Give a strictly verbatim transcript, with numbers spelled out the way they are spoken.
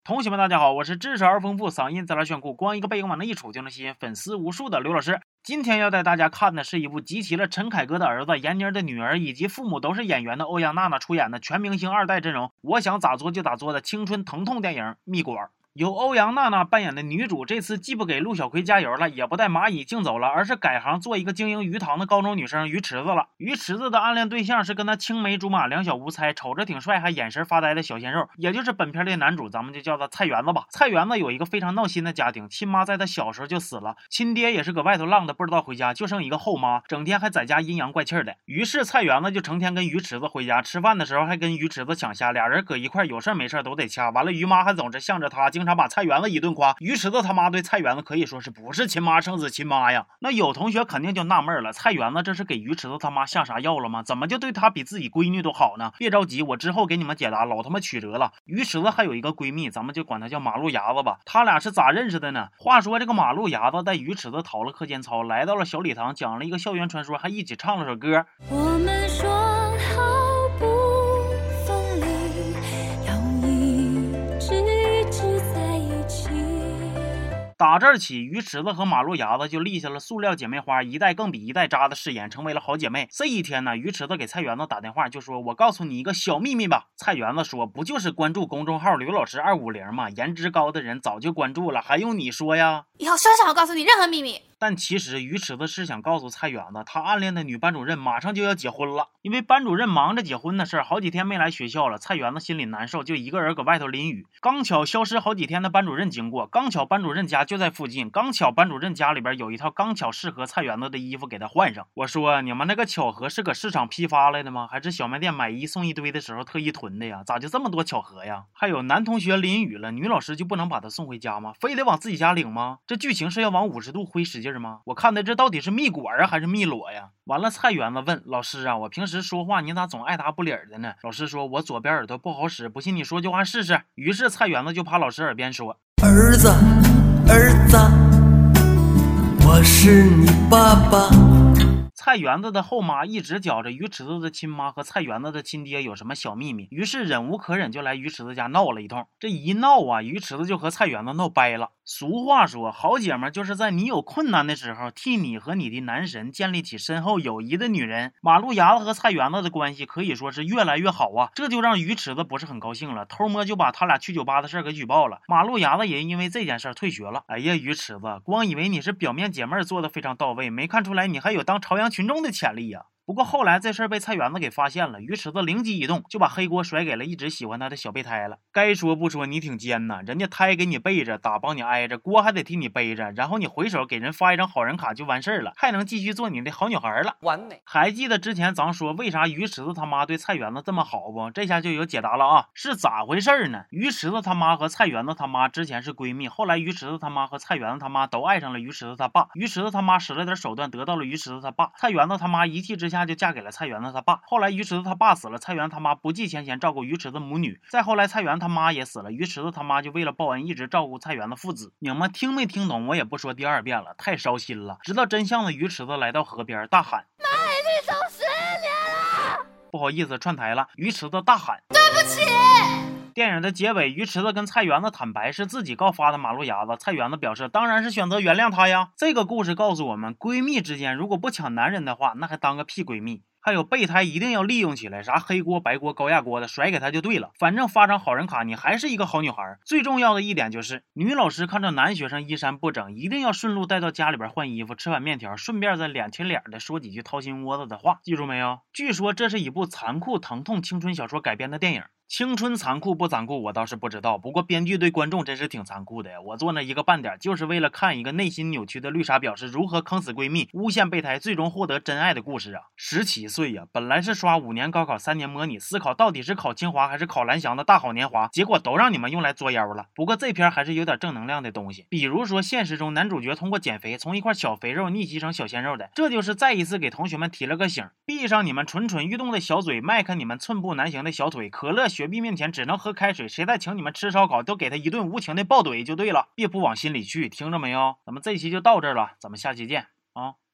同学们大家好，我是知识而丰富，嗓音自来炫酷，光一个背影往那一杵就能吸引粉丝无数的刘老师。今天要带大家看的是一部集齐了陈凯歌的儿子、闫妮的女儿以及父母都是演员的欧阳娜娜出演的全明星二代阵容，我想咋做就咋做的青春疼痛电影《蜜果》。由欧阳娜娜扮演的女主，这次既不给陆小葵加油了，也不带蚂蚁竞走了，而是改行做一个经营鱼塘的高中女生鱼池子了。鱼池子的暗恋对象是跟她青梅竹马、两小无猜、瞅着挺帅还眼神发呆的小鲜肉，也就是本片的男主，咱们就叫他菜园子吧。菜园子有一个非常闹心的家庭，亲妈在他小时候就死了，亲爹也是搁外头浪的不知道回家，就剩一个后妈，整天还在家阴阳怪气的。于是菜园子就成天跟鱼池子回家，吃饭的时候还跟鱼池子抢虾，俩人搁一块有事没事都得掐。完了，鱼妈还总是向着他，经常把菜园子一顿夸。鱼池子他妈对菜园子可以说是不是亲妈胜似亲妈呀。那有同学肯定就纳闷了，菜园子这是给鱼池子他妈下啥药了吗？怎么就对他比自己闺女都好呢？别着急，我之后给你们解答，老他妈曲折了。鱼池子还有一个闺蜜，咱们就管她叫马路牙子吧。他俩是咋认识的呢？话说这个马路牙子带鱼池子逃了课间操，来到了小礼堂，讲了一个校园传说，还一起唱了首歌。 我们说好不分离，要一直一直在一起。 打这儿起，鱼池子和马路牙子就立下了塑料姐妹花一代更比一代渣的誓言，成为了好姐妹。这一天呢，鱼池子给菜园子打电话，就说我告诉你一个小秘密吧。菜园子说不就是关注公众号刘老师二五零吗？颜值高的人早就关注了，还用你说呀？ 以后说少告诉你任何秘密。 但其实鱼池子是想告诉菜园子，他暗恋的女班主任马上就要结婚了。因为班主任忙着结婚的事儿，好几天没来学校了，菜园子心里难受，就一个人搁外头淋雨。刚巧消失好几天的班主任经过，刚巧班主任家就在附近，刚巧班主任家里边有一套刚巧适合菜园子的衣服给他换上。我说你们那个巧合是搁市场批发来的吗？还是小卖店买一送一堆的时候特意囤的呀？咋就这么多巧合呀？还有男同学淋雨了，女老师就不能把他送回家吗？非得往自己家领吗？这剧情是要往五十度挥使劲吗？我看的这到底是蜜果啊还是蜜裸呀？完了，菜园子问老师啊，我平时说话你咋总爱答不理的呢？老师说我左边耳朵不好使，不信你说句话试试。于是菜园子就趴老师耳边说， 儿子儿子，我是你爸爸。 菜园子的后妈一直觉着鱼池子的亲妈和菜园子的亲爹有什么小秘密，于是忍无可忍就来鱼池子家闹了一通。这一闹啊，鱼池子就和菜园子闹掰了。俗话说，好姐们就是在你有困难的时候替你和你的男神建立起深厚友谊的女人。马路牙子和菜园子的关系可以说是越来越好啊，这就让鱼池子不是很高兴了，偷摸就把他俩去酒吧的事给举报了。马路牙子也因为这件事退学了。哎呀，鱼池子，光以为你是表面解闷做的非常到位，没看出来你还有当朝阳群众的潜力呀。不过后来这事儿被菜园子给发现了，鱼池子灵机一动，就把黑锅甩给了一直喜欢他的小备胎了。该说不说，你挺奸呐，人家胎给你背着，打帮你挨着，锅还得替你背着，然后你回手给人发一张好人卡就完事儿了，还能继续做你的好女孩了， 完美。 还记得之前咱说为啥鱼池子他妈对菜园子这么好不？这下就有解答了啊，是咋回事呢？鱼池子他妈和菜园子他妈之前是闺蜜，后来鱼池子他妈和菜园子他妈都爱上了鱼池子他爸，鱼池子他妈使了点手段得到了鱼池子他爸，菜园子他妈一气之下就嫁给了菜园子他爸。后来鱼池子他爸死了，菜园子他妈不计前嫌照顾鱼池子母女，再后来菜园子他妈也死了，鱼池子他妈就为了报恩一直照顾菜园子父子。你们听没听懂？我也不说第二遍了，太烧心了。知道真相的鱼池子来到河边大喊， 妈已经走十年了， 不好意思串台了。鱼池子大喊对不起。 电影的结尾，鱼池子跟菜园子坦白是自己告发的马路牙子，菜园子表示当然是选择原谅他呀。这个故事告诉我们，闺蜜之间如果不抢男人的话，那还当个屁闺蜜。还有备胎一定要利用起来，啥黑锅白锅高压锅的甩给他就对了，反正发张好人卡你还是一个好女孩。最重要的一点就是女老师看着男学生衣衫不整，一定要顺路带到家里边换衣服，吃碗面条，顺便再脸贴脸的说几句掏心窝子的话，记住没有？据说这是一部残酷疼痛青春小说改编的电影。青春残酷不残酷我倒是不知道，不过编剧对观众真是挺残酷的呀。我坐那一个半点就是为了看一个内心扭曲的绿茶婊是如何坑死闺蜜，诬陷备胎，最终获得真爱的故事啊。十七岁呀，本来是刷五年高考三年模拟，思考到底是考清华还是考蓝翔的大好年华，结果都让你们用来作妖了。不过这篇还是有点正能量的东西，比如说现实中男主角通过减肥从一块小肥肉逆袭成小鲜肉的，这就是再一次给同学们提了个醒，闭上你们蠢蠢欲动的小嘴，迈开你们寸步难行的小腿，可乐雪碧面前只能喝开水，谁再请你们吃烧烤都给他一顿无情的暴怼就对了，别不往心里去，听着没有？咱们这期就到这儿了，咱们下期见啊。